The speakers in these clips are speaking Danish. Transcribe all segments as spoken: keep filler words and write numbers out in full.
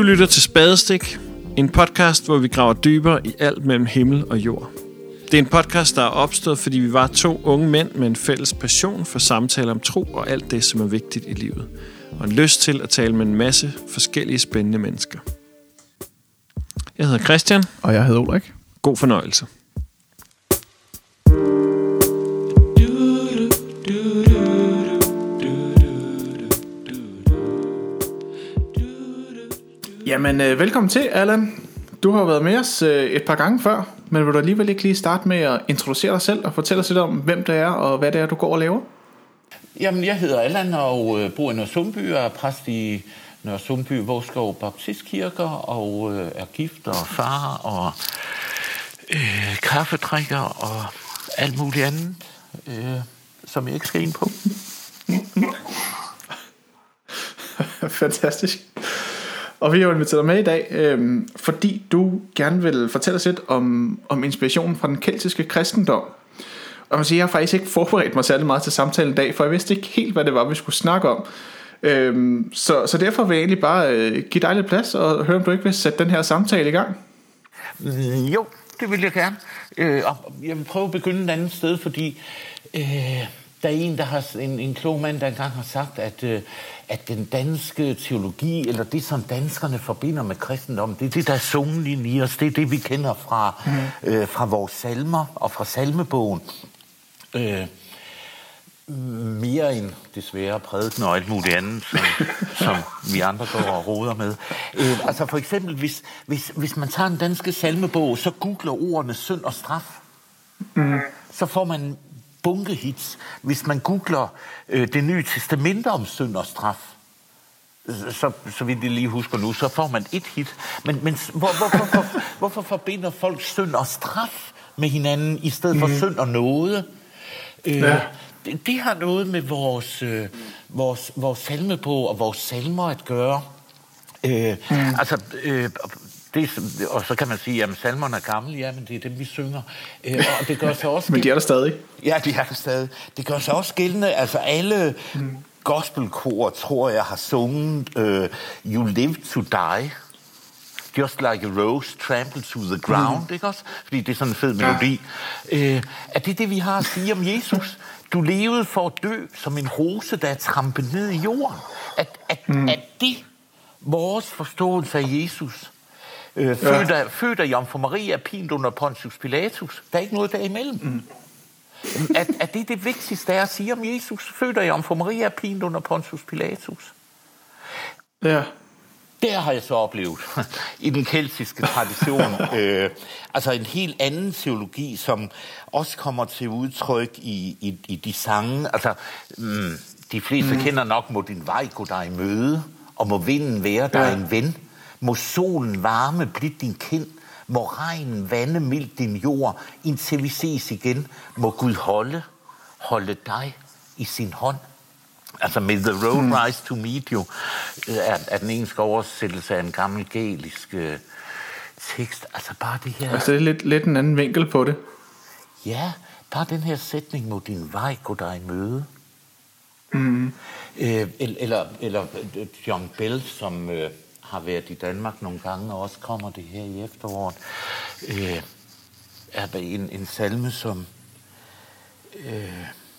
lytter til Spadestik, en podcast, hvor vi graver dybere i alt mellem himmel og jord. Det er en podcast, der er opstået, fordi vi var to unge mænd med en fælles passion for samtaler om tro og alt det, som er vigtigt i livet. Og en lyst til at tale med en masse forskellige spændende mennesker. Jeg hedder Christian. Og jeg hedder Ulrik. God fornøjelse. Jamen, øh, velkommen til, Allan. Du har været med os øh, et par gange før, men vil du alligevel ikke lige starte med at introducere dig selv og fortælle os lidt om, hvem det er og hvad det er, du går og laver? Jamen, jeg hedder Allan og øh, bor i Nørresundby og er præst i Nørresundby Vågskov Baptistkirker og øh, er gift og far og øh, kaffedrikker og alt muligt andet, øh, som jeg ikke skal ind på. Fantastisk. Og vi har jo inviteret dig med i dag, øh, fordi du gerne vil fortælle os lidt om, om inspirationen fra den keltiske kristendom. Og man siger, jeg har faktisk ikke forberedt mig særlig meget til samtalen i dag, for jeg vidste ikke helt, hvad det var, vi skulle snakke om. Øh, så, så derfor vil jeg egentlig bare øh, give dig lidt plads og høre, om du ikke vil sætte den her samtale i gang. Mm, jo, det vil jeg gerne. Øh, og jeg vil prøve at begynde et andet sted, fordi øh, der er en, der har, en, en klog mand, der engang har sagt, at, øh, at den danske teologi, eller det, som danskerne forbinder med kristendom, det er det, der er sungen i os. Det er det, vi kender fra, mm. øh, fra vores salmer og fra salmebogen. Øh, mere end desværre prædiken og alt muligt andet, som, som vi andre går og roder med. Øh, altså for eksempel, hvis, hvis, hvis man tager en danske salmebog, så googler ordene synd og straf. Mm. Så får man bunkehits. Hvis man googler øh, det nye testamente om synd og straf, så, så vidt jeg lige husker nu, så får man et hit. Men, men hvor, hvorfor, for, hvorfor forbinder folk synd og straf med hinanden, i stedet for mm. synd og nåde? Øh, ja. det, det har noget med vores, øh, vores, vores salmebog og vores salmer at gøre. Øh, mm. Altså... Øh, Det, og så kan man sige, at salmerne er gamle, ja, men det er dem, vi synger. Øh, og det gør sig også... men de er der stadig. Ja, de er der stadig. Det gør sig også gældende. Altså alle mm. gospelkor, tror jeg, har sunget uh, You Live to Die. Just like a rose trampled to the ground, mm. ikke også? Fordi det er sådan en fed melodi. Ja. Uh, er det det, vi har at sige om Jesus? Du levede for at dø som en rose, der er trampet ned i jorden. At, at, mm. at det vores forståelse af Jesus... Øh, født, af, født af Jomfru Maria, pint under Pontius Pilatus. Der er ikke noget derimellem. Mm. Er, er det det vigtigste, der at sige om Jesus? Født af Jomfru Maria, pint under Pontius Pilatus. Ja. Der har jeg så oplevet, i den keltiske tradition, øh, altså en helt anden teologi, som også kommer til udtryk i, i, i de sange. Altså, mm, de fleste mm. kender nok, må din vej gå dig i møde, og må vinden være dig ja. en ven. Må solen varme blidt din kind, må regnen vande mildt din jord, indtil vi ses igen, må Gud holde, holde dig i sin hånd. Altså med The Road hmm. Rise to Meet You, er, er den engelske oversættelse af en gammel gælisk øh, tekst. Altså bare det her... Altså det er lidt, lidt en anden vinkel på det. Ja, bare den her sætning, må din vej gå dig i møde. Hmm. Øh, eller, eller John Bell, som... Øh, har været i Danmark nogle gange, og også kommer det her i efteråret, øh, er en, en salme, som... Øh,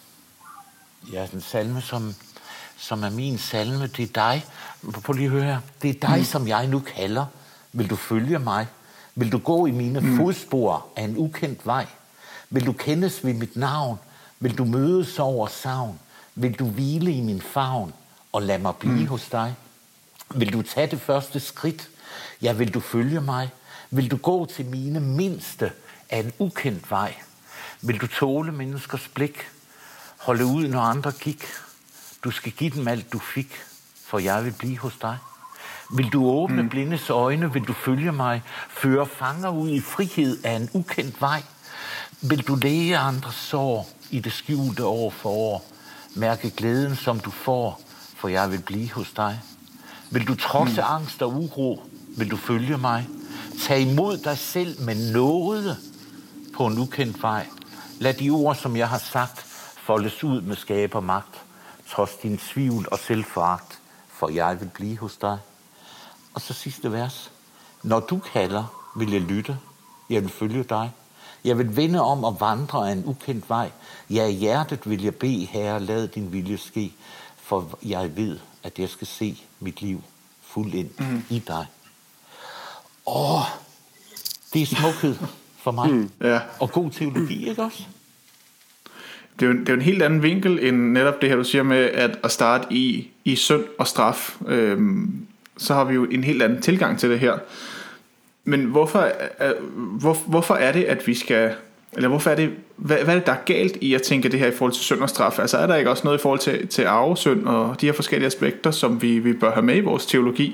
ja, en salme, som, som er min salme. Det er dig. Prøv lige at høre her. Det er dig, mm. som jeg nu kalder. Vil du følge mig? Vil du gå i mine mm. fodspor af en ukendt vej? Vil du kendes ved mit navn? Vil du mødes over savn? Vil du hvile i min favn og lad mig blive mm. hos dig? Vil du tage det første skridt? Ja, vil du følge mig? Vil du gå til mine mindste af en ukendt vej? Vil du tåle menneskers blik? Holde ud, når andre gik? Du skal give dem alt, du fik, for jeg vil blive hos dig. Vil du åbne mm. blindes øjne? Vil du følge mig? Føre fanger ud i frihed af en ukendt vej? Vil du læge andres sår i det skjulte år for år? Mærke glæden, som du får, for jeg vil blive hos dig. Vil du trodse mm. angst og uro? Vil du følge mig? Tag imod dig selv med nåde på en ukendt vej. Lad de ord, som jeg har sagt, foldes ud med skabermagt, trods din tvivl og selvforagt, for jeg vil blive hos dig. Og så sidste vers. Når du kalder, vil jeg lytte. Jeg vil følge dig. Jeg vil vende om og vandre af en ukendt vej. Ja, i hjertet vil jeg bede, Herre, lad din vilje ske. For jeg ved, at jeg skal se mit liv fuldendt mm. i dig. Åh, det er smukhed for mig. Mm. Ja. Og god teologi, ikke også? Det er, jo, det er jo en helt anden vinkel end netop det her, du siger med at, at starte i, i synd og straf. Øhm, så har vi jo en helt anden tilgang til det her. Men hvorfor, er, hvor, hvorfor er det, at vi skal... Eller hvorfor er det... Hvad, hvad er det, der er galt i at tænke det her i forhold til synd og straf? Altså er der ikke også noget i forhold til, til arvesynd og de her forskellige aspekter, som vi, vi bør have med i vores teologi?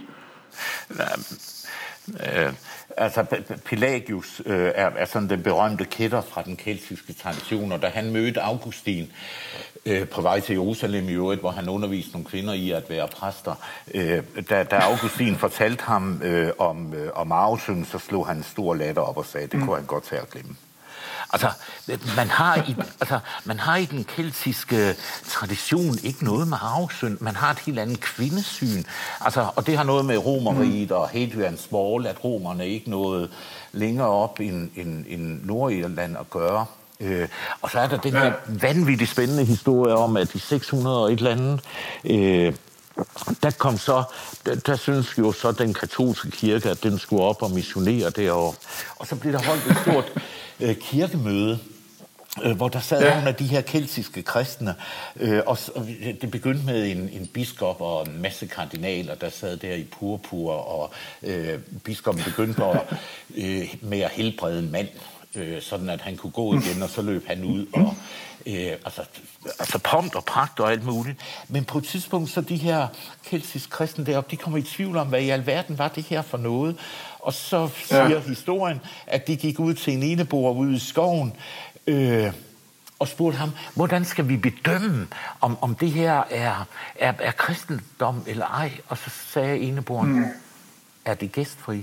Øh, altså Pelagius øh, er, er sådan den berømte kætter fra den keltiske tradition, og da han mødte Augustin øh, på vej til Jerusalem i øvrigt, hvor han underviste nogle kvinder i at være præster, øh, da, da Augustin fortalte ham øh, om, øh, om arvesynd, så slog han en stor latter op og sagde, det kunne han godt tage at glemme. Altså man, har i, altså, man har i den keltiske tradition ikke noget med arvesynd. Man har et helt andet kvindesyn. Altså, og det har noget med Romerriget og Hadrians Wall, at romerne ikke nåede længere op end, end, end Nordirland at gøre. Øh, og så er der den her vanvittigt spændende historie om, at i seks hundrede og et eller andet... Øh, Der kom så, der, der synes jo så den katolske kirke, at den skulle op og missionere derovre. Og så blev der holdt et stort øh, kirkemøde, øh, hvor der sad ja. nogle af de her keltiske kristne. Øh, og, og det begyndte med en, en biskop og en masse kardinaler, der sad der i purpur, og øh, biskoppen begyndte at, øh, med at helbrede en mand, øh, sådan at han kunne gå igen, og så løb han ud og... Øh, altså, altså pomp og pragt og alt muligt. Men på et tidspunkt, så de her keltiske kristne deroppe, de kommer i tvivl om, hvad i alverden var det her for noget. Og så siger ja. historien, at de gik ud til en eneboer ude i skoven, øh, og spurgte ham, hvordan skal vi bedømme, om, om det her er, er, er kristendom eller ej? Og så sagde eneboeren, mm. er det gæstfri?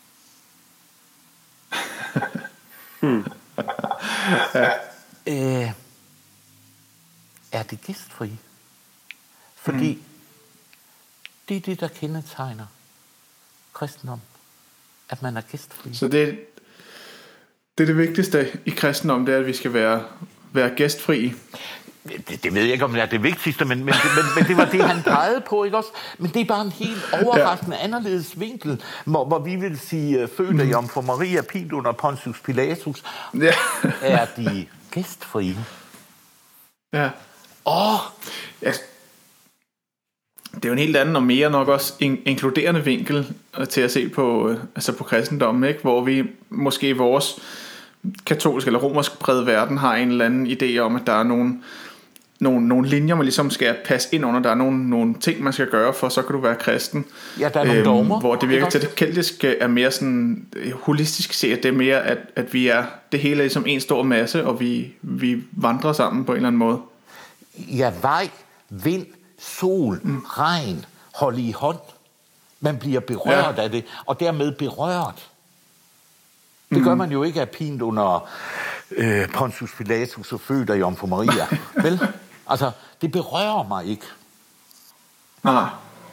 hmm. ja. øh, er det gæstfri? Fordi mm. det er det, der kendetegner kristendom, at man er gæstfri. Så det, det er det vigtigste i kristendom, det er, at vi skal være, være gæstfri. Det, det ved jeg ikke, om det er det vigtigste, men, men, men, men det var det, han pegede på, ikke også? Men det er bare en helt overraskende ja. anderledes vinkel, hvor, hvor vi vil sige, fødte mm. Jomfru Maria, pint under Pontius Pilatus, ja. er de gæstfrie. Ja. Åh! Oh. Ja. Det er jo en helt anden og mere nok også in- inkluderende vinkel til at se på, altså på kristendommen, ikke? Hvor vi måske i vores katolske eller romersk prægede verden har en eller anden idé om, at der er nogle, nogle, nogle linjer, man ligesom skal passe ind under. Der er nogle, nogle ting, man skal gøre, for så kan du være kristen. Ja, der er nogle dogmer. Øhm, hvor det virker til, at det keltiske er mere sådan holistisk set, at det er mere, at, at vi er det hele er ligesom en stor masse, og vi, vi vandrer sammen på en eller anden måde. Ja, vej, vind, sol, mm. regn, hold i hånd. Man bliver berørt ja. af det, og dermed berørt. Det gør man jo ikke af pint under øh, Pontius Pilatus og født af Jomfru Maria. Vel? Altså, det berører mig ikke. Nej.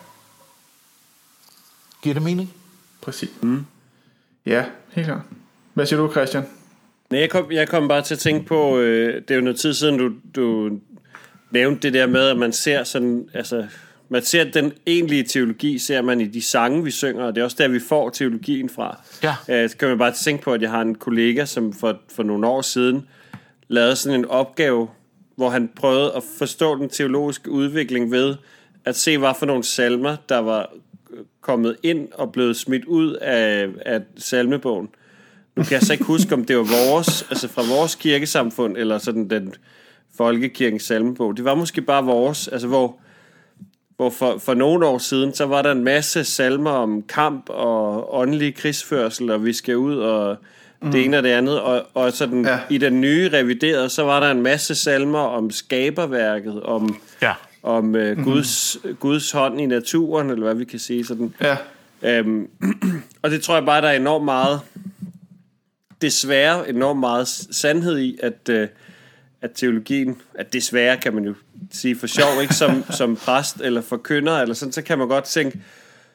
Giver det mening? Præcis. Mm. Ja, helt klart. Hvad siger du, Christian? Nej, jeg kom, jeg kom bare til at tænke på, øh, det er jo noget tid siden, du, du nævnte det der med, at man ser sådan, altså... Man ser den egentlige teologi, ser man i de sange, vi synger, og det er også der, vi får teologien fra. Ja. Øh, så kan man bare tænke på, at jeg har en kollega, som for, for nogle år siden lavede sådan en opgave, hvor han prøvede at forstå den teologiske udvikling ved at se, hvad for nogle salmer, der var kommet ind og blevet smidt ud af, af salmebogen. Nu kan jeg så ikke huske, om det var vores, altså fra vores kirkesamfund, eller sådan den folkekirkens salmebog. Det var måske bare vores, altså hvor Hvor for, for nogle år siden, så var der en masse salmer om kamp og åndelig krigsførsel, og vi skal ud og mm. det ene og det andet. Og, og sådan, ja. i den nye reviderede, så var der en masse salmer om skaberværket, om, ja. om uh, Guds, mm. Guds hånd i naturen, eller hvad vi kan sige. Sådan. Ja. Øhm, og det tror jeg bare, der er enormt meget, desværre enormt meget sandhed i, at... Uh, at teologien, at desværre kan man jo sige for sjov, ikke som, som præst eller forkynder, eller sådan, så kan man godt tænke,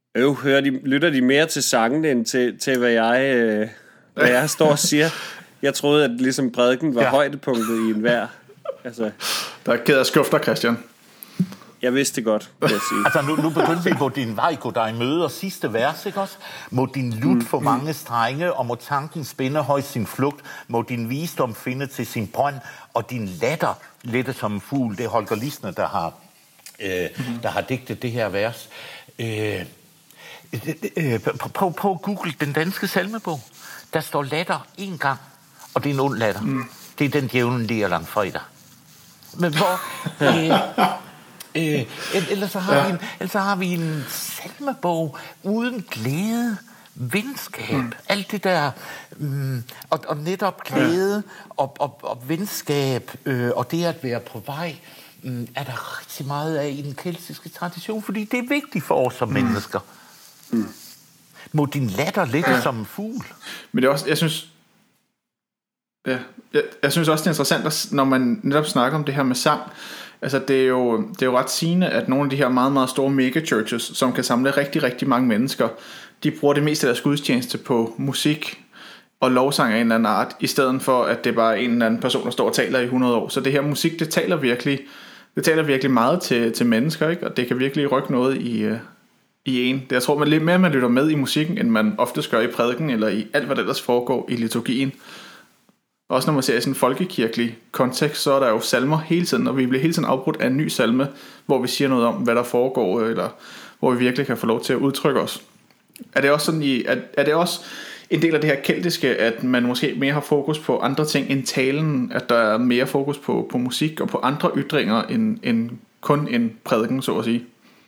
Øv, hører de, lytter de mere til sangene, end til, til hvad, jeg, øh, hvad jeg står og siger. Jeg troede, at ligesom prædiken var ja. højdepunktet i enhver. Altså, der er ked af skufter, Christian. Jeg vidste det godt, vil jeg sige. Altså, nu, nu begyndte vi på din vej, gå dig i møde, og sidste vers, ikke også? Må din lut få mange strenge, og må tanken spinde højt sin flugt, må din visdom finde til sin brønd, og din latter lette som en fugl. Det er Holger Lisner, der har, øh, mm-hmm. der har digtet det her vers. Øh, øh, prøv, prøv at google den danske salmebog. Der står latter en gang, og det er en ond latter. Mm. Det er den djævlen lige langfredag. Men hvor... Øh, Øh, ellers, så har ja. vi en, ellers så har vi en salmebog uden glæde, venskab, mm. alt det der, mm, og, og netop glæde ja. og, og, og venskab, øh, og det at være på vej, mm, er der rigtig meget af i den keltiske tradition, fordi det er vigtigt for os som mm. mennesker. Mm. Må din latter ligge ja. som en fugl. Men det er også, jeg synes, ja, jeg, jeg synes også, det er interessant, når man netop snakker om det her med sang. Altså det er, jo, det er jo ret sigende, at nogle af de her meget, meget store megachurches, som kan samle rigtig, rigtig mange mennesker, de bruger det meste af deres gudstjeneste på musik og lovsang af en eller anden art, i stedet for, at det bare er en eller anden person, der står og taler i hundrede år. Så det her musik, det taler virkelig, det taler virkelig meget til, til mennesker, ikke? Og det kan virkelig rykke noget i, uh, i en. Det, jeg tror, man lidt mere man lytter med i musikken, end man oftest gør i prædiken, eller i alt, hvad der ellers foregår i liturgien. Også når man ser i sådan en folkekirkelig kontekst, så er der jo salmer hele tiden, og vi bliver hele tiden afbrudt af en ny salme, hvor vi siger noget om, hvad der foregår, eller hvor vi virkelig kan få lov til at udtrykke os. Er det også sådan i, er, er det også en del af det her keltiske, at man måske mere har fokus på andre ting end talen, at der er mere fokus på, på musik og på andre ytringer end, end kun en prædiken, så at sige?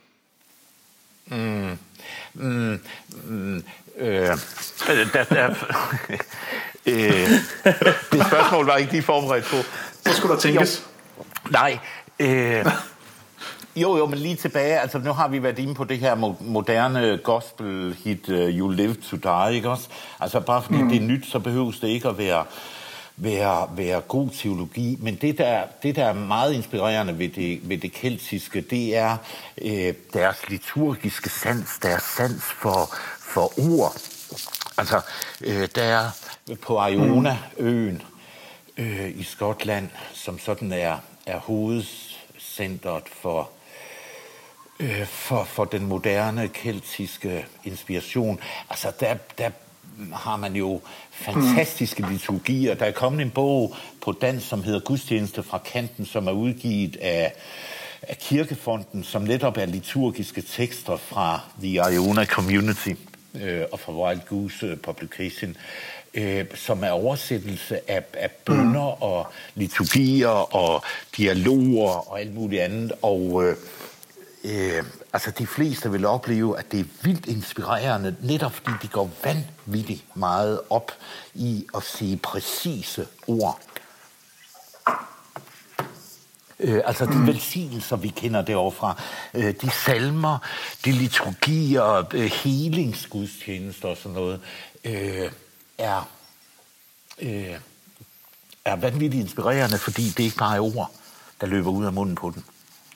Mm. Mm. Mm. Øh. Der, der. Øh, det spørgsmål var ikke lige forberedt på. Så skulle der tænkes. Jo. Nej. Øh, jo, jo, men lige tilbage. Altså, nu har vi været inde på det her moderne gospel hit, uh, You Live to Die, ikke også? Altså, bare fordi mm. det er nyt, så behøves det ikke at være, være, være god teologi. Men det der, det, der er meget inspirerende ved det, ved det keltiske, det er øh, deres liturgiske sans, deres sans for, for ord. Altså, øh, der er på Iona-øen øh, i Skotland, som sådan er, er hovedcentret for, øh, for, for den moderne keltiske inspiration. Altså, der, der har man jo fantastiske liturgier. Der er kommet en bog på dansk, som hedder Gudstjeneste fra kanten, som er udgivet af, af Kirkefonden, som netop er liturgiske tekster fra The Iona Community øh, og fra Wild Goose Publication, øh, som er oversættelse af, af bønner og liturgier og dialoger og alt muligt andet. Og øh, øh, altså de fleste vil opleve, at det er vildt inspirerende, netop fordi de går vanvittigt meget op i at sige præcise ord. Øh, altså de velsignelser, vi kender derovre fra, øh, de salmer, de liturgier, øh, helingsgudstjenester og sådan noget, øh, er, øh, er vanvittigt inspirerende, fordi det ikke bare er ord, der løber ud af munden på den.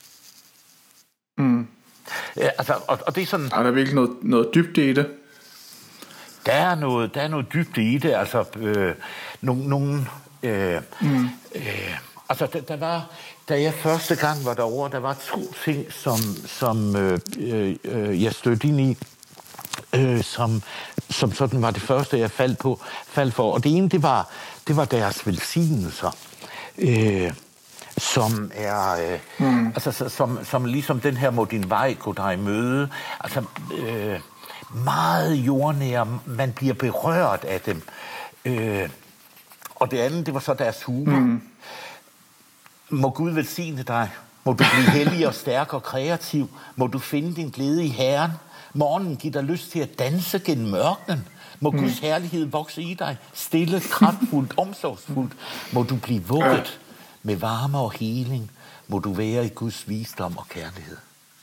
Mm. Øh, altså, og, og det er sådan... Er der virkelig noget, noget dybde i det? Der er noget, der er noget dybde i det, altså øh, nogle... nogle øh, mm. øh, altså, der, der var... Da jeg første gang var derovre, der var to ting, som, som øh, øh, jeg stødte ind i, øh, som, som sådan var det første, jeg faldt på, faldt for. Og det ene, det var, det var deres velsignelser, øh, som er, øh, mm. altså, som, som ligesom den her må din vej gå dig i møde, altså øh, meget jordnære, man bliver berørt af dem. Øh, og det andet, det var så deres humor. Mm. Må Gud velsigne dig. Må du blive hellig og stærk og kreativ. Må du finde din glæde i Herren. Morgenen giver dig lyst til at danse gennem mørkenen. Må mm. Guds herlighed vokse i dig. Stille, kraftfuldt, omsorgsfuldt. Må du blive vugget med varme og heling. Må du være i Guds visdom og kærlighed.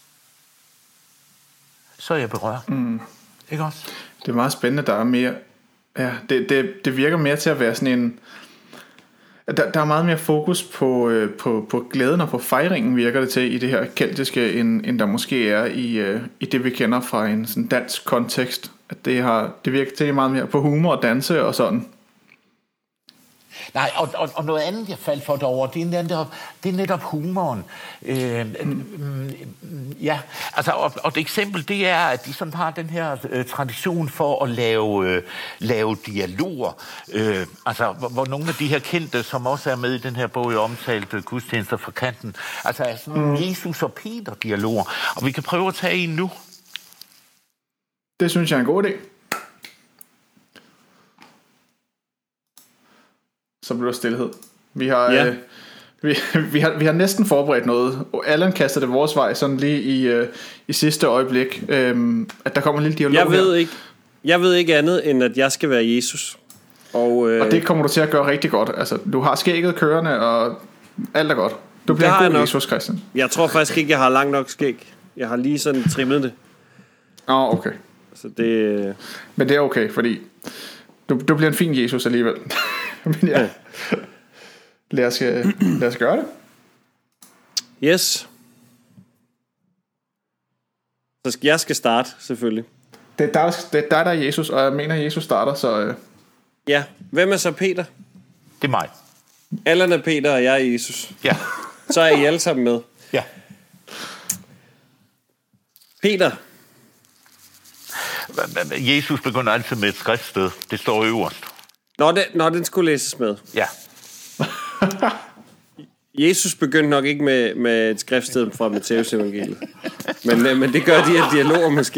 Så er jeg berørt. Mm. Ikke også? Det er meget spændende, der er mere... Ja, det, det, det virker mere til at være sådan en... Der, der er meget mere fokus på, øh, på, på glæden og på fejringen, virker det til, i det her keltiske, end, end der måske er i, øh, i det, vi kender fra en sådan dansk kontekst. At det, har, det virker til meget mere på humor og danse og sådan. Nej, og, og, og noget andet, jeg faldt for derovre, det er netop, det er netop humoren. Øh, mm. Ja, altså, og, og et eksempel, det er, at de sådan har den her øh, tradition for at lave, øh, lave dialoger. Øh, altså, hvor, hvor nogle af de her kendte, som også er med i den her bog, jeg omtalte, Gudstjenester fra kanten, altså er sådan mm. Jesus og Peter-dialoger. Og vi kan prøve at tage en nu. Det synes jeg er en god idé. Så bliver der stillhed. Vi har, ja. øh, vi, vi, har, vi har næsten forberedt noget. Allan kaster det vores vej sådan lige i, øh, i sidste øjeblik. Øh, at der kommer en lille dialog jeg ved her. Ikke, jeg ved ikke andet, end at jeg skal være Jesus. Og, øh, og det kommer du til at gøre rigtig godt. Altså, du har skægget kørende, og alt er godt. Du bliver en god Jesus, Christian. Jeg tror faktisk ikke, jeg har langt nok skæg. Jeg har lige sådan trimmet det. Åh, oh, okay. Så det... Men det er okay, fordi du, du bliver en fin Jesus alligevel. Men ja, lad os, lad os gøre det. Yes. Så skal, jeg skal starte, selvfølgelig. Det er, dig, det er dig, der er Jesus, og jeg mener, at Jesus starter, så... Øh... Ja, hvem er så Peter? Det er mig. Allan er Peter, og jeg er Jesus. Ja. Så er I alle sammen med. Ja. Peter. Jesus begynder altid med et skriftsted. Det står øverst. Nå, det, nå, den skulle læses med. Ja. Jesus begyndte nok ikke med, med et skriftsted fra Matteus evangeliet. Men, men det gør de her dialoger måske.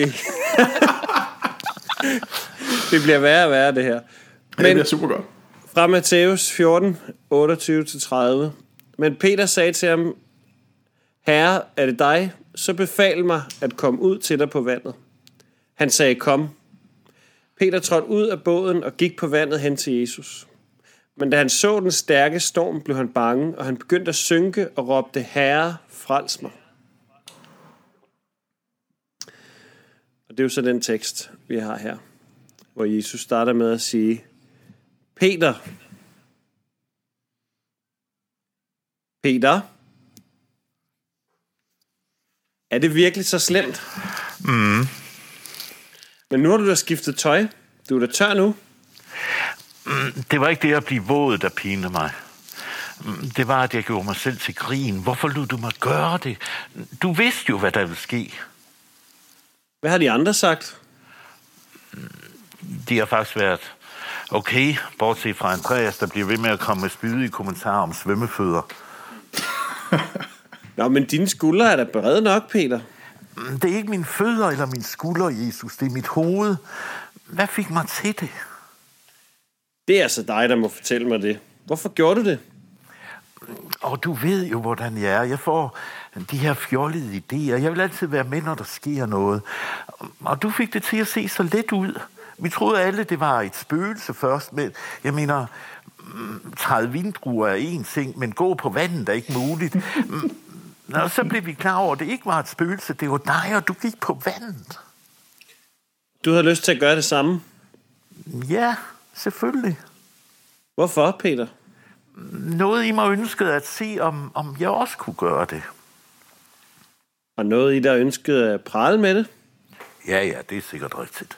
Det bliver værre og værre, det her. Men, det bliver super godt. Fra Matteus fjorten, otteogtyve til tredive. Men Peter sagde til ham, Herre, er det dig? Så befal mig at komme ud til dig på vandet. Han sagde, kom. Peter trådte ud af båden og gik på vandet hen til Jesus. Men da han så den stærke storm, blev han bange, og han begyndte at synke og råbte, Herre, frels mig. Og det er jo så den tekst, vi har her, hvor Jesus starter med at sige, Peter, Peter, er det virkelig så slemt? Mm. Men nu har du da skiftet tøj. Du er da tør nu. Mm, det var ikke det at blive våd, der pinede mig. Mm, det var, at jeg gjorde mig selv til grin. Hvorfor lod du mig gøre det? Du vidste jo, hvad der ville ske. Hvad har de andre sagt? De har faktisk været okay, bortset fra Andreas, der bliver ved med at komme med spydige kommentarer om svømmefødder. Nå, men dine skuldre er da beredt nok, Peter. Det er ikke mine fødder eller mine skuldre, Jesus. Det er mit hoved. Hvad fik mig til det? Det er altså dig, der må fortælle mig det. Hvorfor gjorde du det? Og du ved jo, hvordan jeg er. Jeg får de her fjollede idéer. Jeg vil altid være med, når der sker noget. Og du fik det til at se så let ud. Vi troede alle, det var et spøgelse først. Men jeg mener, træde vindruer er en ting, men gå på vandet er ikke muligt. Og så blev vi klar over, at det ikke var et spøgelse. Det var dig, og du gik på vandet. Du havde lyst til at gøre det samme? Ja, selvfølgelig. Hvorfor, Peter? Noget i mig ønskede at se, om, om jeg også kunne gøre det. Og noget i dig ønskede at prale med det? Ja, ja, det er sikkert rigtigt.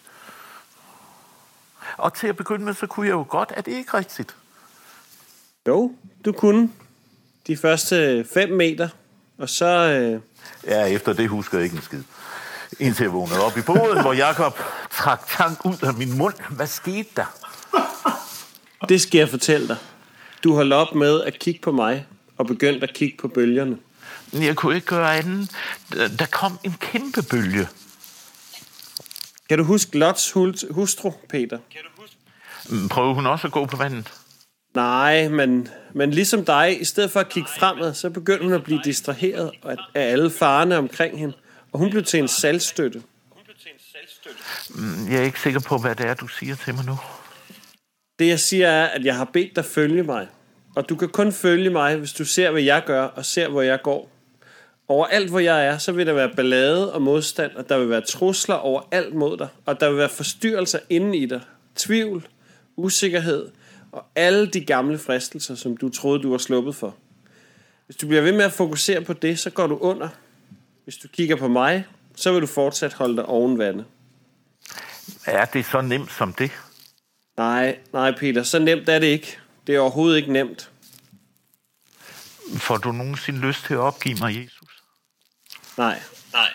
Og til at begynde med, så kunne jeg jo godt. Er det ikke rigtigt? Jo, du kunne. De første fem meter. Og så... Øh... Ja, efter det husker jeg ikke en skid. Indtil jeg vågnede op i båden, hvor Jakob trak tank ud af min mund. Hvad skete der? Det skal jeg fortælle dig. Du holdt op med at kigge på mig, og begyndte at kigge på bølgerne. Jeg kunne ikke gøre andet. Der kom en kæmpe bølge. Kan du huske Lots hustru, Peter? Kan du huske? Prøver hun også at gå på vandet? Nej, men, men ligesom dig, i stedet for at kigge fremad, så begyndte hun at blive distraheret af alle farerne omkring hende, og hun blev til en saltstøtte. Jeg er ikke sikker på, hvad det er, du siger til mig nu. Det jeg siger er, at jeg har bedt dig følge mig, og du kan kun følge mig, hvis du ser, hvad jeg gør, og ser, hvor jeg går. Overalt, hvor jeg er, så vil der være ballade og modstand, og der vil være trusler overalt mod dig, og der vil være forstyrrelser inde i dig, tvivl, usikkerhed, og alle de gamle fristelser, som du troede, du var sluppet for. Hvis du bliver ved med at fokusere på det, så går du under. Hvis du kigger på mig, så vil du fortsat holde dig oven vandet. Er det så nemt som det? Nej, nej Peter, så nemt er det ikke. Det er overhovedet ikke nemt. Får du nogensinde lyst til at opgive mig, Jesus? Nej. Nej.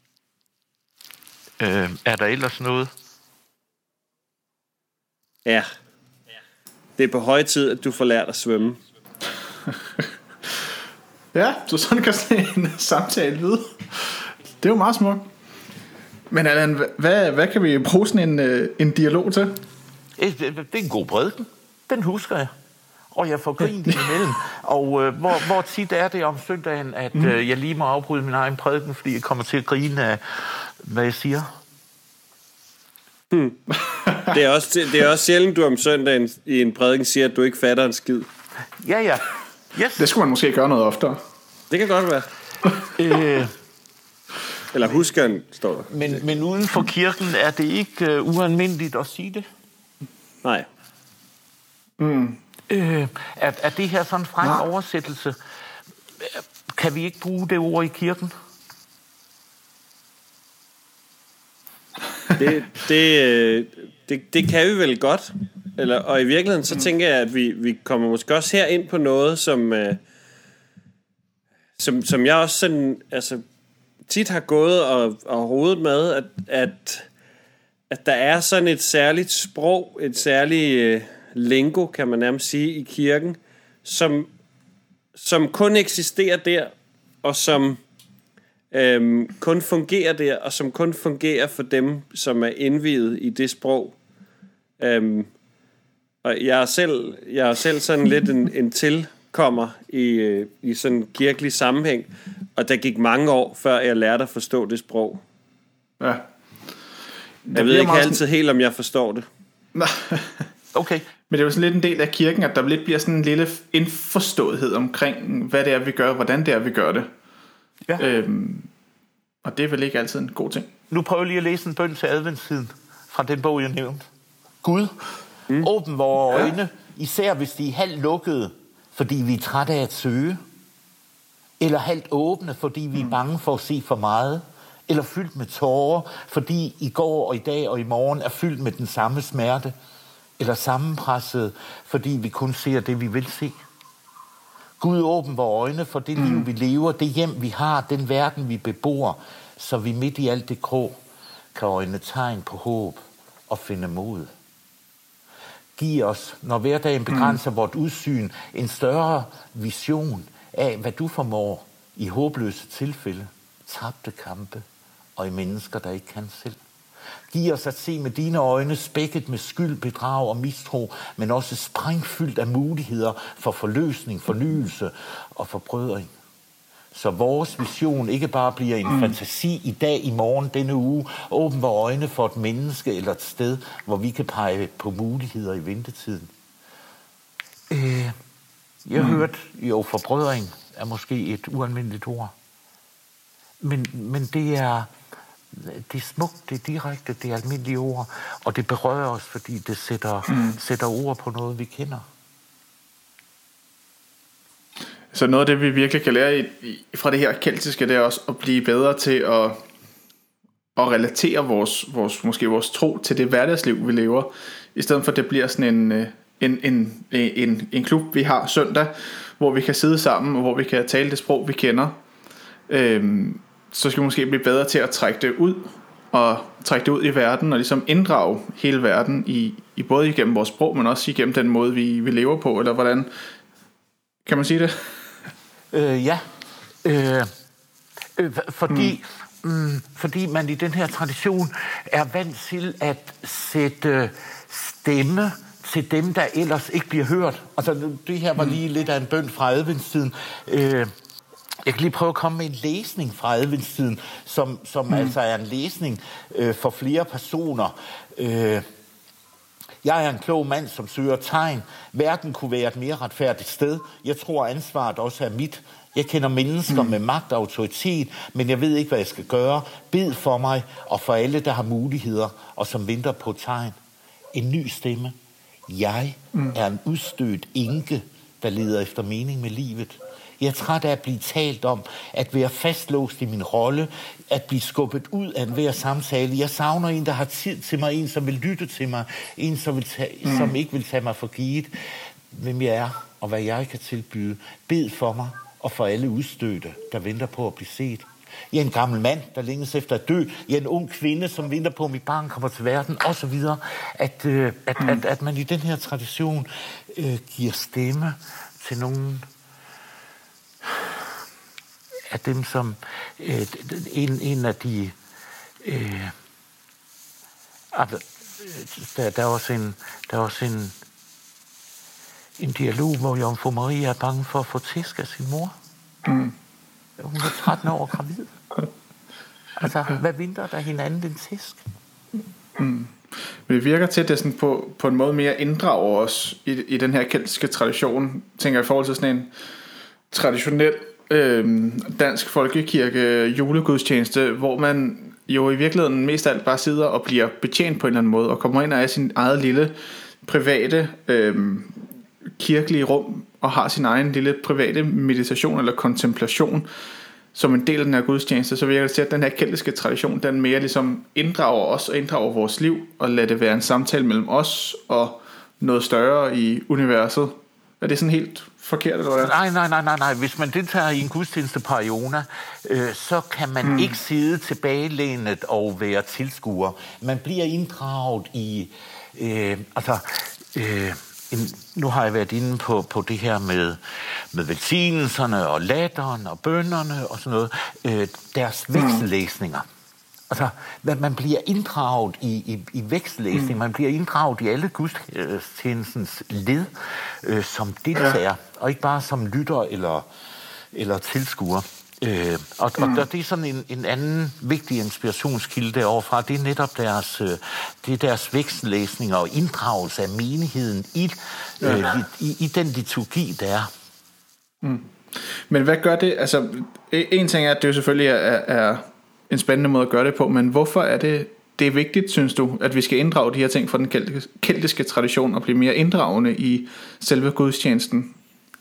Øh, er der ellers noget? Ja. Det er på høje tid, at du får lært at svømme. Ja, så sådan kan sådan en samtale lyde. Det er jo meget smukt. Men Allan, hvad, hvad kan vi bruge sådan en, en dialog til? Det er en god prædiken. Den husker jeg. Og jeg får grint imellem. Og øh, hvor, hvor tit er det om søndagen, at øh, jeg lige må afbryde min egen prædiken, fordi jeg kommer til at grine af, hvad jeg siger? Hmm. Det er også, det er også sjældent, du om søndagen i en prædiken siger, at du ikke fatter en skid. Ja, ja. Yes. Det skulle man måske gøre noget oftere. Det kan godt være. øh, Eller huskeren, står der. men, men uden for kirken er det ikke uh, ualmindeligt at sige det? Nej. Mm. Øh, er, er det her sådan en fræk ja. oversættelse? Kan vi ikke bruge det ord i kirken? Det, det, det, det kan vi vel godt. Eller, og i virkeligheden, så tænker jeg, at vi, vi kommer måske også her ind på noget, som, øh, som, som jeg også sådan, altså, tit har gået og, og rodet med, at, at, at der er sådan et særligt sprog, et særligt øh, lingo, kan man nærmest sige, i kirken, som, som kun eksisterer der, og som øhm, kun fungerer der, og som kun fungerer for dem, som er indviet i det sprog. Øhm, og jeg er selv, jeg er selv sådan lidt en, en tilkommer i, i sådan en kirkelig sammenhæng, og der gik mange år, før jeg lærte at forstå det sprog. Ja. Jeg ved ikke altid sådan... helt, om jeg forstår det. Okay. Men det er jo sådan lidt en del af kirken, at der lidt bliver sådan en lille indforståethed omkring, hvad det er, vi gør, hvordan det er, vi gør det. Ja. Øhm, og det er vel ikke altid en god ting. Nu prøver jeg lige at læse en bøn til adventstiden fra den bog, jeg nævnte. Gud, mm. åbn vores øjne, ja. Især hvis de er halvt lukkede, fordi vi er trætte af at søge, eller halvt åbne, fordi vi er bange for at se for meget, eller fyldt med tårer, fordi i går og i dag og i morgen er fyldt med den samme smerte, eller sammenpresset, fordi vi kun ser det, vi vil se. Gud, åbn vores øjne for det liv, vi lever, det hjem, vi har, den verden, vi bebor, så vi midt i alt det grå kan øjne tegn på håb og finde mod. Giv os, når hverdagen begrænser mm. vort udsyn, en større vision af, hvad du formår i håbløse tilfælde, tabte kampe og i mennesker, der ikke kan selv. Giv os at se med dine øjne spækket med skyld, bedrag og mistro, men også sprængfyldt af muligheder for forløsning, fornyelse og forbrødring. Så vores vision ikke bare bliver en mm. fantasi i dag, i morgen, denne uge. Åbn vores øjne for et menneske eller et sted, hvor vi kan pege på muligheder i ventetiden. Øh, jeg mm. hørte jo, forbrødring er måske et ualmindeligt ord. Men, men det er... Det er smukt, det er direkte, det er almindelige ord, og det berører os, fordi det sætter, mm. sætter ord på noget, vi kender. Så noget af det, vi virkelig kan lære i, i, fra det her keltiske, det er også at blive bedre til at, at relatere vores, vores, måske vores tro til det hverdagsliv, vi lever, i stedet for at det bliver sådan en, en, en, en, en klub, vi har søndag, hvor vi kan sidde sammen, og hvor vi kan tale det sprog, vi kender. Øhm, så skal vi måske blive bedre til at trække det ud og trække det ud i verden og ligesom inddrage hele verden i, i både igennem vores sprog, men også igennem den måde vi, vi lever på, eller hvordan kan man sige det? Øh, ja, øh, øh, fordi, mm. Mm, fordi man i den her tradition er vant til at sætte stemme til dem, der ellers ikke bliver hørt. Altså, det her var lige mm. lidt af en bøn fra adventstiden. Øh, Jeg kan lige prøve at komme med en læsning fra adventstiden, som, som mm. altså er en læsning øh, for flere personer. Øh, jeg er en klog mand, som søger tegn. Verden kunne være et mere retfærdigt sted. Jeg tror, ansvaret også er mit. Jeg kender mennesker mm. med magt og autoritet, men jeg ved ikke, hvad jeg skal gøre. Bed for mig og for alle, der har muligheder og som venter på tegn. En ny stemme. Jeg mm. er en udstødt enke, der leder efter mening med livet. Jeg er træt af at blive talt om, at være fastlåst i min rolle, at blive skubbet ud af enhver samtale. Jeg savner en, der har tid til mig, en, som vil lytte til mig, en, som, vil tage, mm. som ikke vil tage mig for givet. Hvem jeg er, og hvad jeg kan tilbyde. Bed for mig, og for alle udstødte, der venter på at blive set. Jeg er en gammel mand, der længes efter at dø. Jeg er en ung kvinde, som venter på, at mit barn kommer til verden, og så videre. At, øh, at, mm. at, at man i den her tradition øh, giver stemme til nogen af dem, som øh, en, en af de øh, altså, der, der er også en der er også en en dialog, hvor Jomfru Maria er bange for at få tæsk af sin mor. Mm. Hun er tretten år gravid. Altså, hvad venter der hinanden den tæsk? Mm. Men det virker til, at det sådan på, på en måde mere inddrager os i, i den her keltiske tradition, tænker jeg i forhold til sådan en traditionel øh, dansk folkekirke julegudstjeneste, hvor man jo i virkeligheden mest af alt bare sidder og bliver betjent på en eller anden måde, og kommer ind og er sin eget lille private øh, kirkelige rum, og har sin egen lille private meditation eller kontemplation som en del af den her gudstjeneste. Så virker det til, at den her keltiske tradition, den mere ligesom inddrager os og inddrager vores liv, og lader det være en samtale mellem os og noget større i universet. Er det sådan helt forkert, eller hvad? Nej, nej, nej, nej, nej. Hvis man deltager i en gudstjeneste på Iona, øh, så kan man hmm. ikke sidde tilbagelænet og være tilskuer. Man bliver inddraget i, øh, altså, øh, en, nu har jeg været inde på, på det her med, med velsignelserne og latteren og bønnerne og sådan noget. Øh, deres veksellæsninger. Altså, man bliver inddraget i, i, i veksellæsning, mm. man bliver inddraget i alle gudstjenestens led øh, som deltager, ja. Og ikke bare som lytter eller, eller tilskuer. Øh, og, mm. og der, det er sådan en, en anden vigtig inspirationskilde deroverfra, det er netop deres, øh, det er deres veksellæsninger og inddragelse af menigheden i, øh, ja. i, i den liturgi, der er. Mm. Men hvad gør det? Altså, en ting er, at det jo selvfølgelig er... er en spændende måde at gøre det på, men hvorfor er det, det er vigtigt, synes du, at vi skal inddrage de her ting fra den keltiske, keltiske tradition og blive mere inddragende i selve gudstjenesten?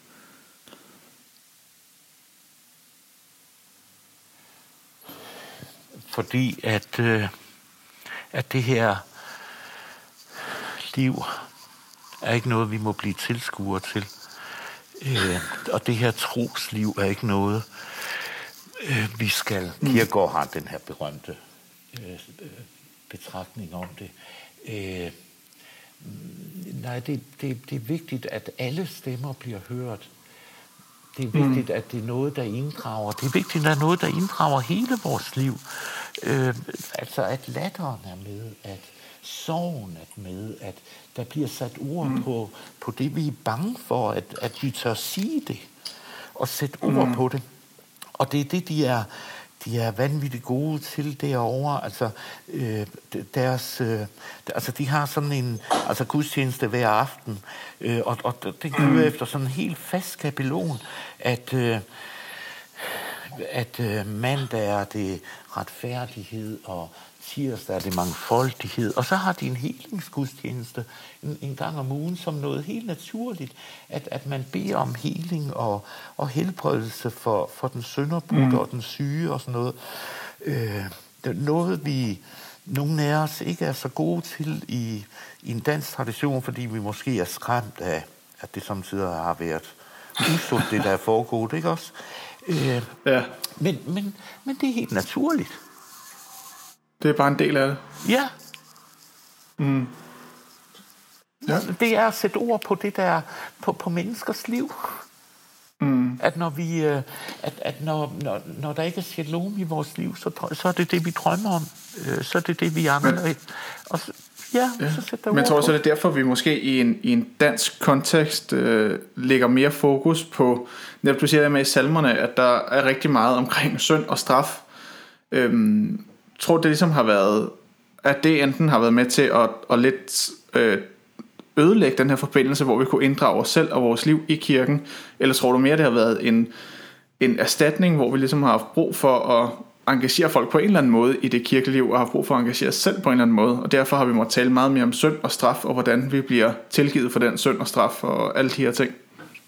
Fordi at, øh, at det her liv er ikke noget, vi må blive tilskuere til. Øh, og det her trosliv er ikke noget, vi skal. Kierkegaard har den her berømte øh, betragtning om det. Øh, nej, det, det, det er vigtigt, at alle stemmer bliver hørt. Det er vigtigt, at det er noget, der inddrager. Det er vigtigt, at der er noget, der inddrager hele vores liv. Øh, altså, at latteren er med, at sorgen er med, at der bliver sat ord mm. på, på det, vi er bange for, at, at vi tør sige det, og sætte ord mm. på det. Og det er det, de er, de er vanvittigt gode til derovre. Altså, øh, deres, øh, altså, de har sådan en altså, gudstjeneste hver aften, øh, og, og det kører efter sådan en helt fast skabelon, at, øh, at øh, mandag er det retfærdighed, og tirsdag er det mangfoldighed, og så har de en helingsgudstjeneste en, en gang om ugen som noget helt naturligt, at, at man beder om heling og, og helbredelse for, for den synderbrudte mm. og den syge og sådan noget. Øh, det er noget, vi nogle af os ikke er så gode til i, i en dansk tradition, fordi vi måske er skræmt af, at det samtidig har været usundt, det der er foregået, ikke også? Øh, ja. men, men, men det er helt naturligt. Det er bare en del af det. Ja. Mm. Ja. Det er at sætte ord på det der, på, på menneskers liv. Mm. At når vi, at, at når, når, når der ikke er shalom i vores liv, så, så er det det, vi drømmer om. Så er det det, vi angler. Og så, ja, ja. Så sætter Men jeg tror på. også, det er derfor, vi måske i en, i en dansk kontekst øh, lægger mere fokus på, netop du siger det med i salmerne, at der er rigtig meget omkring synd og straf. Øhm, tror det ligesom har været, at det enten har været med til at, at lidt øh, ødelægge den her forbindelse, hvor vi kunne inddrage os selv og vores liv i kirken, eller tror du mere, det har været en, en erstatning, hvor vi ligesom har haft brug for at, engagere folk på en eller anden måde i det kirkelige liv, og har brug for at engagere os selv på en eller anden måde. Og derfor har vi måttet tale meget mere om synd og straf, og hvordan vi bliver tilgivet for den synd og straf, og alle de her ting.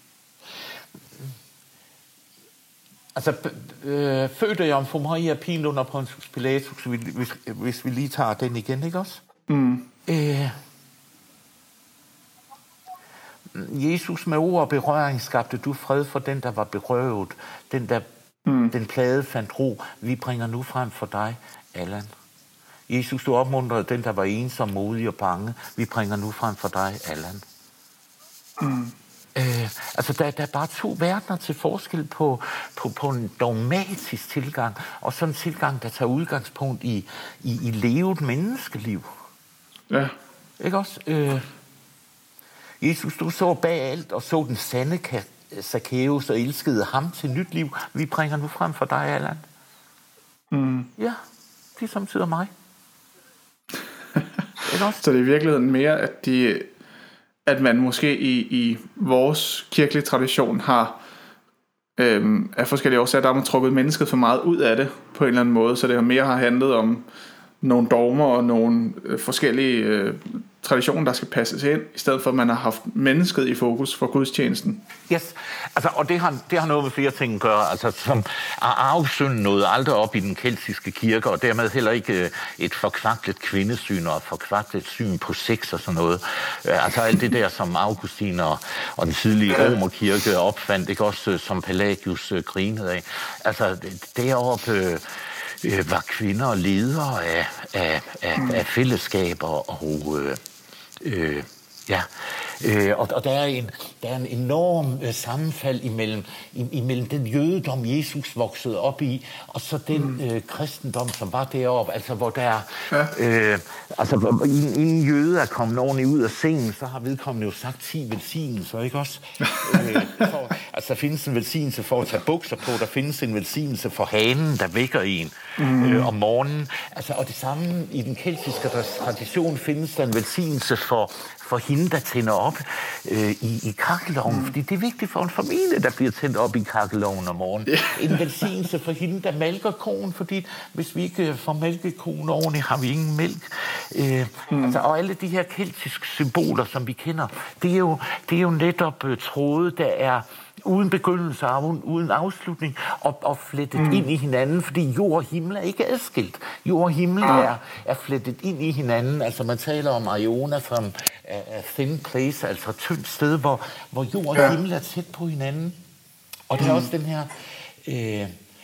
Altså, øh, fødte Jomfru Maria Pil under Pontius Pilatus, hvis, hvis vi lige tager den igen, ikke også? Mm. Øh, Jesus, med ord og berøring skabte du fred for den, der var berøvet, den, der mm. den plade fandt ro. Vi bringer nu frem for dig, Allan. Jesus, du opmuntrede den, der var ensom, modig og bange. Vi bringer nu frem for dig, Allan. Mm. Øh, altså, der, der er bare to verdener til forskel på, på, på en dogmatisk tilgang, og sådan en tilgang, der tager udgangspunkt i, i, i levet menneskeliv. Ja. Ikke også? Øh, Jesus, du så bag alt og så den sande Zacchaeus og elskede ham til nyt liv. Vi bringer nu frem for dig, Allan. Mm. Ja, det er samtidig mig. Ikke også? Så det er i virkeligheden mere, at de... at man måske i, i vores kirkelige tradition har øhm, af forskellige årsager, der har man trukket mennesket for meget ud af det på en eller anden måde, så det mere har handlet om nogle dogmer og nogle øh, forskellige øh, traditioner, der skal passes ind, i stedet for at man har haft mennesket i fokus for gudstjenesten. Yes, altså, og det har, det har noget med flere ting at gøre. Altså, som arvesynden nåede aldrig op i den keltiske kirke, og dermed heller ikke øh, et forkvaklet kvindesyn og et forkvaklet syn på sex og sådan noget. Øh, altså alt det der, som Augustin og, og den tidlige romerkirke opfandt, ikke også, som Pelagius øh, grinede af. Altså, deroppe... Øh, øh, var kvinder ledere af, af, af, af fællesskaber og øh, øh, ja, øh, og, og der er en der er en enorm øh, sammenfald imellem imellem den jødedom Jesus voksede op i, og så den øh, kristendom som var deroppe, altså hvor der ja. øh, altså inden jøde er kommet ordentligt ud af sengen, så har vedkommende jo sagt ti velsignelser, ikke også? øh, for, altså der findes en velsignelse for at tage bukser på, der findes en velsignelse for hanen, der vækker en mm. øh, om morgenen, altså, og det samme i den keltiske tradition findes der en velsignelse for for hende, der tænder op øh, i, i kakkeloven. Mm. Fordi det er vigtigt for en familie, der bliver tændt op i kakkeloven om morgenen. Yeah. En velsignelse for hende, der malker koen, fordi hvis vi ikke får malket koen ordentligt, har vi ingen mælk. Øh, mm. altså, og alle de her keltiske symboler, som vi kender, det er jo, det er jo netop uh, tråde, der er uden begyndelse og uden, uden afslutning, og, og flettet mm. ind i hinanden, fordi jord og himmel er ikke adskilt. Jord og himmel ah. er, er flettet ind i hinanden. Altså man taler om Iona from a, a thin place, altså et tyndt sted, hvor, hvor jord og ja. himmel er tæt på hinanden. Og det er mm. også den her, øh,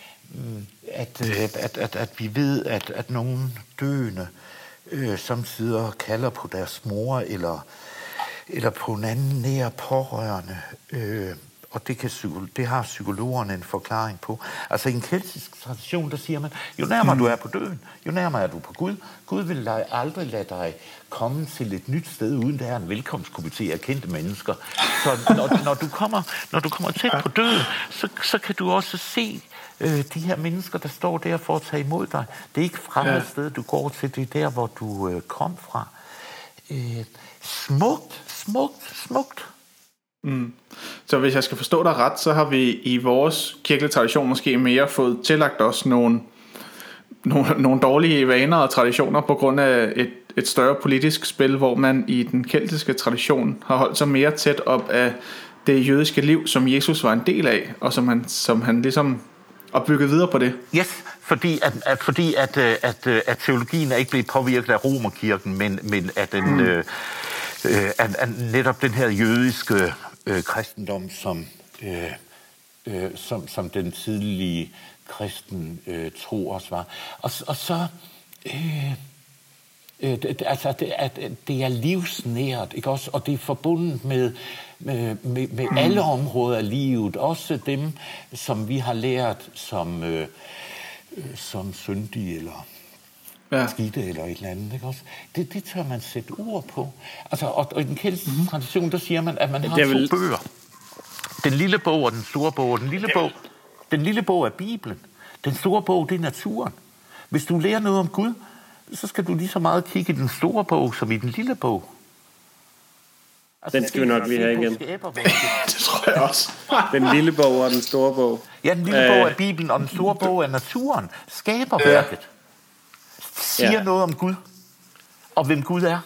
at, at, at, at vi ved, at, at nogle døende øh, samtidig kalder på deres mor, eller, eller på en anden nær pårørende, øh, og det, kan, det har psykologerne en forklaring på. Altså i en keltisk tradition, der siger man, jo nærmere mm. du er på døden, jo nærmere er du på Gud. Gud vil dig aldrig lade dig komme til et nyt sted, uden der er en velkomstkomité af kendte mennesker. Så når, når, du kommer, når du kommer tæt på døden, så, så kan du også se øh, de her mennesker, der står der for at tage imod dig. Det er ikke fra ja. et sted, du går til, det er der, hvor du øh, kom fra. Øh, smukt, smukt, smukt. Mm. Så hvis jeg skal forstå dig ret, så har vi i vores kirkelige tradition måske mere fået tillagt os nogle, nogle, nogle dårlige vaner og traditioner på grund af et, et større politisk spil, hvor man i den keltiske tradition har holdt sig mere tæt op af det jødiske liv, som Jesus var en del af, og som han, som han ligesom har bygget videre på det. Yes, fordi at, at, fordi at, at, at teologien er ikke blevet påvirket af romerkirken, men, men at, den, mm. øh, at, at netop den her jødiske Øh, kristendom, som, øh, øh, som, som den tidlige kristen øh, tro også var. Og, og så, øh, øh, det, altså, det, at det er livsnært, ikke også? Og det er forbundet med, med, med, med mm. alle områder af livet, også dem, som vi har lært som, øh, som syndige eller ja. skidte eller et eller andet, ikke også? Det, det tør man sætte ord på. Altså, og, og i den keltiske mm-hmm. tradition, der siger man, at man har to vil... bøger. Den lille bog og den store bog. Den lille bog, den lille bog er Bibelen. Den store bog, det er naturen. Hvis du lærer noget om Gud, så skal du lige så meget kigge i den store bog, som i den lille bog. Altså, den skal vi nok lige have igen. Det tror jeg også. Den lille bog og den store bog. Ja, den lille bog af Bibelen og den store bog af naturen skaber ja. værket. Siger ja. noget om Gud, og hvem Gud er.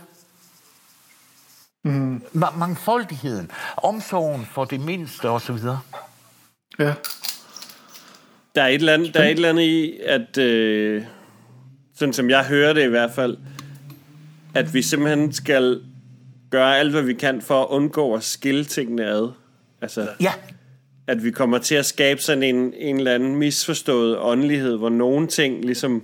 Mm. Ma- mangfoldigheden, omsorgen for det mindste og så videre. Ja. Der er et eller andet, der er et eller andet i, at øh, sådan som jeg hører det i hvert fald, at vi simpelthen skal gøre alt, hvad vi kan for at undgå at skille tingene ad. Altså, ja. at vi kommer til at skabe sådan en, en eller anden misforstået åndelighed, hvor nogle ting ligesom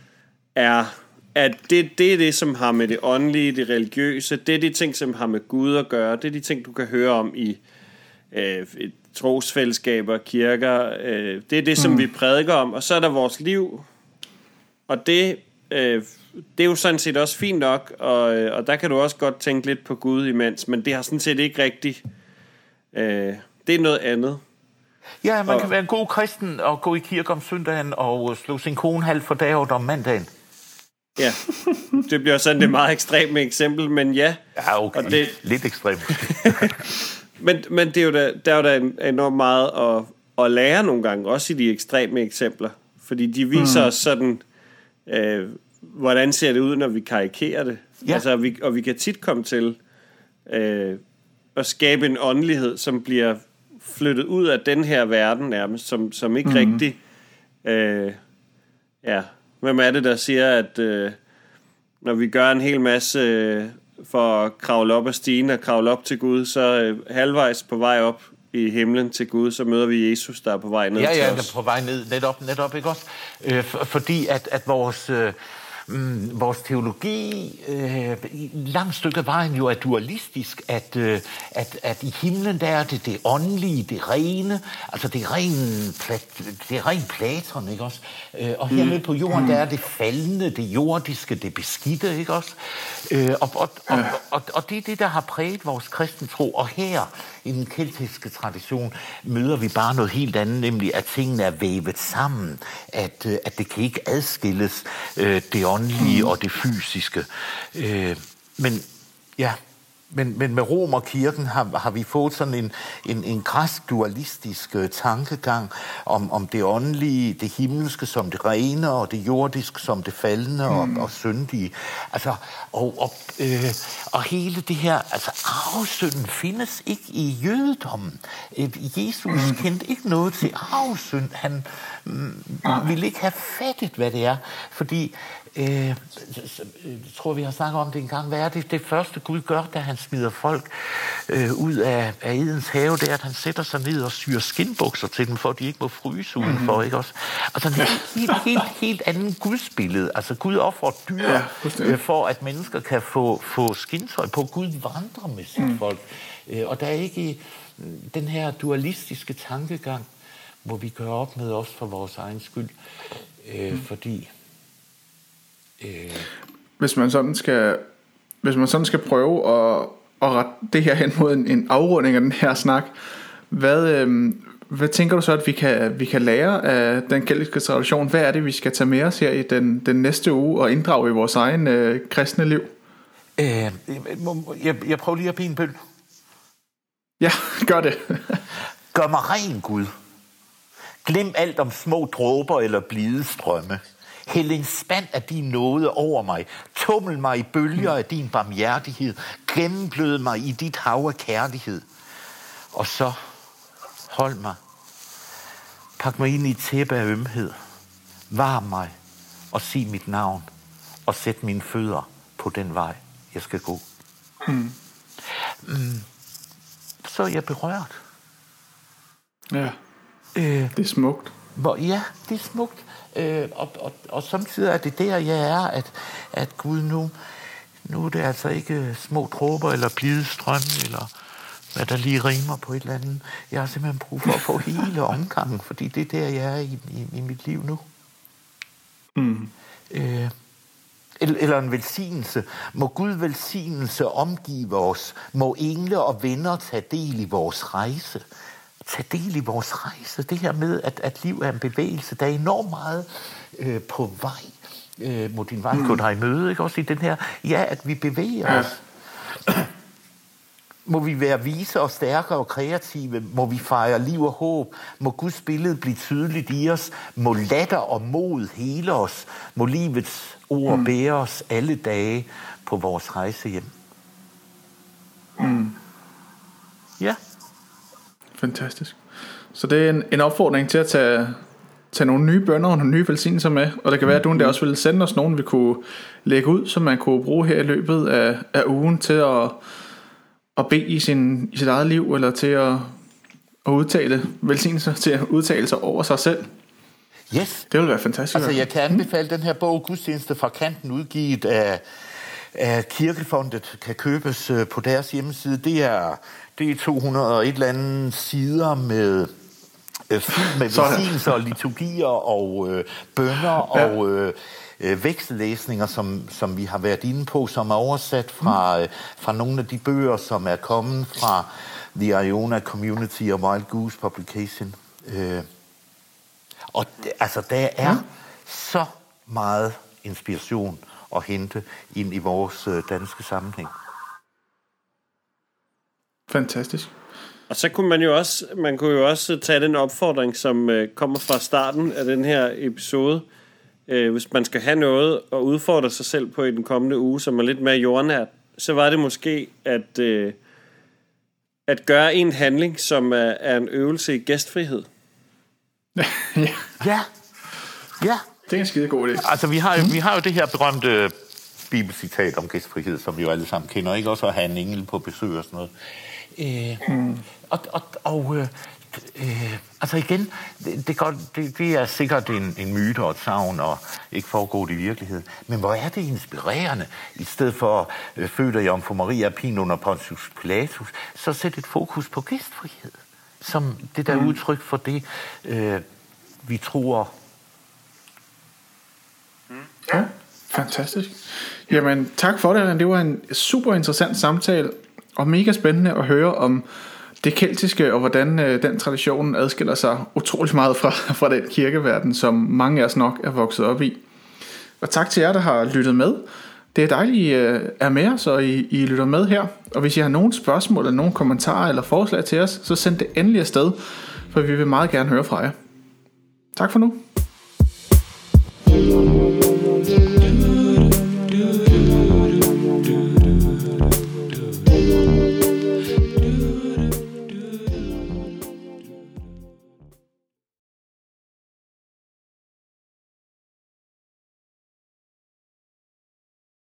er, at det, det er det, som har med det åndelige, det religiøse, det er de ting, som har med Gud at gøre, det er de ting, du kan høre om i øh, trosfællesskaber, kirker, øh, det er det, som mm. vi prædiker om, og så er der vores liv, og det, øh, det er jo sådan set også fint nok, og, og der kan du også godt tænke lidt på Gud imens, men det har sådan set ikke rigtigt, øh, det er noget andet. Ja, man og, kan være en god kristen og gå i kirke om søndagen og slå sin kone halv for daget om mandagen. Ja, det bliver sådan det meget ekstreme eksempel, men ja. Ja, okay. Og det, lidt ekstremt. men, men det er jo da, der er jo da enormt meget at, at lære nogle gange, også i de ekstreme eksempler, fordi de viser mm. os sådan, øh, hvordan ser det ud, når vi karikerer det. Ja. Altså, og, vi, og vi kan tit komme til øh, at skabe en åndelighed, som bliver flyttet ud af den her verden nærmest, som, som ikke mm. rigtig... Øh, ja... Hvem er det, der siger, at øh, når vi gør en hel masse øh, for at kravle op ad stigen og kravle op til Gud, så øh, halvvejs på vej op i himlen til Gud, så møder vi Jesus, der er på vej ned ja, til ja, os. Ja, der er på vej ned, netop, netop ikke også? Øh, for, fordi at, at vores... Øh Mm, vores teologi øh, i langt stykke af vejen jo er dualistisk, at, øh, at, at i himlen der er det det åndelige, det rene, altså det er ren, det er ren Platon, ikke også? Øh, og hernede på jorden, der er det faldende, det jordiske, det beskidte, ikke også? Øh, og, og, og, og, og det er det, der har præget vores kristne tro, og her i den keltiske tradition møder vi bare noget helt andet, nemlig at tingene er vævet sammen, at, at det kan ikke adskilles, øh, det åndelige og det fysiske. Øh, men ja, men, men med Rom og kirken har, har vi fået sådan en, en, en græsk dualistisk uh, tankegang om, om det åndelige, det himmelske som det rene, og det jordiske som det faldende og, mm. og syndige. Altså, og, og, øh, og hele det her, altså arvesynden findes ikke i jødedommen. Jesus mm. kendte ikke noget til arvesynd. Han mm, ville ikke have fattet, hvad det er, fordi Øh, jeg tror, vi har snakket om det en gang. Hvad er det, det første Gud gør, da han smider folk øh, ud af, af Edens have, det er, at han sætter sig ned og syr skinbukser til dem, for at de ikke må fryse udenfor, ikke også? Altså en helt, helt, helt anden gudsbillede. Altså Gud offrer dyr, ja, øh, for at mennesker kan få, få skintøj på. Gud vandrer med sit mm. folk. Øh, og der er ikke den her dualistiske tankegang, hvor vi gør op med os for vores egen skyld. Øh, mm. Fordi... Hvis man sådan skal, hvis man sådan skal prøve at, at rette det her hen mod en, en afrunding af den her snak, hvad, øh, hvad tænker du så, at vi kan, vi kan lære af den keltiske tradition? Hvad er det, vi skal tage med os her i den, den næste uge og inddrage i vores egen øh, kristne liv? Øh, jeg, jeg prøver lige at bede en bøn. Ja, gør det. Gør mig ren, Gud. Glem alt om små dråber eller blide strømme. Hæld en spand af din nåde over mig. Tummel mig i bølger af din barmhjertighed. Gennemblød mig i dit hav af kærlighed. Og så hold mig. Pak mig ind i et tæppe af ømhed. Varm mig og sig mit navn. Og sæt mine fødder på den vej, jeg skal gå. Mm. Mm. Så er jeg berørt. Ja, øh, det er smukt. Hvor, ja, det er smukt. Øh, og, og, og samtidig er det der, jeg er, at, at Gud nu, nu er det altså ikke små dråber eller blide strømme, eller hvad der lige rimer på et eller andet. Jeg har simpelthen brug for at få hele omgangen, fordi det er der, jeg er i, i, i mit liv nu. Mm. Øh, eller, eller en velsignelse. Må Gud velsignelse omgive os. Må engle og venner tage del i vores rejse. Tag del i vores rejse. Det her med, at, at liv er en bevægelse. Der er enormt meget øh, på vej. Øh, må din vej gå dig i møde, ikke? Også i den her, ja, at vi bevæger os. Må vi være vise og stærke og kreative. Må vi fejre liv og håb. Må Guds billede blive tydeligt i os. Må latter og mod hele os. Må livets ord mm. bære os alle dage på vores rejse hjem. Mm. Ja. Fantastisk. Så det er en, en opfordring til at tage, tage nogle nye bønner og nogle nye velsignelser med. Og det kan være, at du endda også vil sende os nogen, vi kunne lægge ud, som man kunne bruge her i løbet af, af ugen til at, at bede i, sin, i sit eget liv, eller til at, at udtale velsignelser, til at udtale sig over sig selv. Yes. Det vil være fantastisk. Altså, jeg kan anbefale den her bog, Gudstjeneste fra kanten, udgivet af, af Kirkefondet, kan købes på deres hjemmeside. Det er, det er to hundrede og et eller andet sider med, med velsignelser og liturgier og øh, bønner ja. og øh, veksellæsninger, som, som vi har været inde på, som er oversat fra, mm. fra nogle af de bøger, som er kommet fra The Iona Community og Wild Goose Publication. Øh, og det, altså, der er mm. så meget inspiration at hente ind i vores øh, danske sammenhæng. Fantastisk. Og så kunne man jo også, man kunne jo også tage den opfordring, som øh, kommer fra starten af den her episode. Øh, hvis man skal have noget at udfordre sig selv på i den kommende uge, som er lidt mere jordnært, så var det måske at, øh, at gøre en handling, som er, er en øvelse i gæstfrihed. ja. Ja. Ja. Det er en skide god idé. Altså, vi har, jo, vi har jo det her berømte bibelcitat om gæstfrihed, som vi jo alle sammen kender, ikke? Også at have en engel på besøg og sådan noget. Øh, mm. Og, og, og øh, øh, altså igen, det, det, godt, det, det er sikkert en, en myte og et savn, og ikke foregået i virkeligheden. Men hvor er det inspirerende, i stedet for øh, født af Jomfru Maria pin under Pontius Pilatus, så sæt et fokus på gæstfrihed, som det der mm. udtryk for det, øh, vi tror. Ja, fantastisk. Jamen, tak for det. Det var en super interessant samtale, og mega spændende at høre om det keltiske, og hvordan øh, den tradition adskiller sig utrolig meget fra, fra den kirkeverden, som mange af os nok er vokset op i. Og tak til jer, der har lyttet med. Det er dejligt, I øh, er med os, og I, I lytter med her. Og hvis I har nogle spørgsmål, eller nogle kommentarer, eller forslag til os, så send det endelig afsted, for vi vil meget gerne høre fra jer. Tak for nu.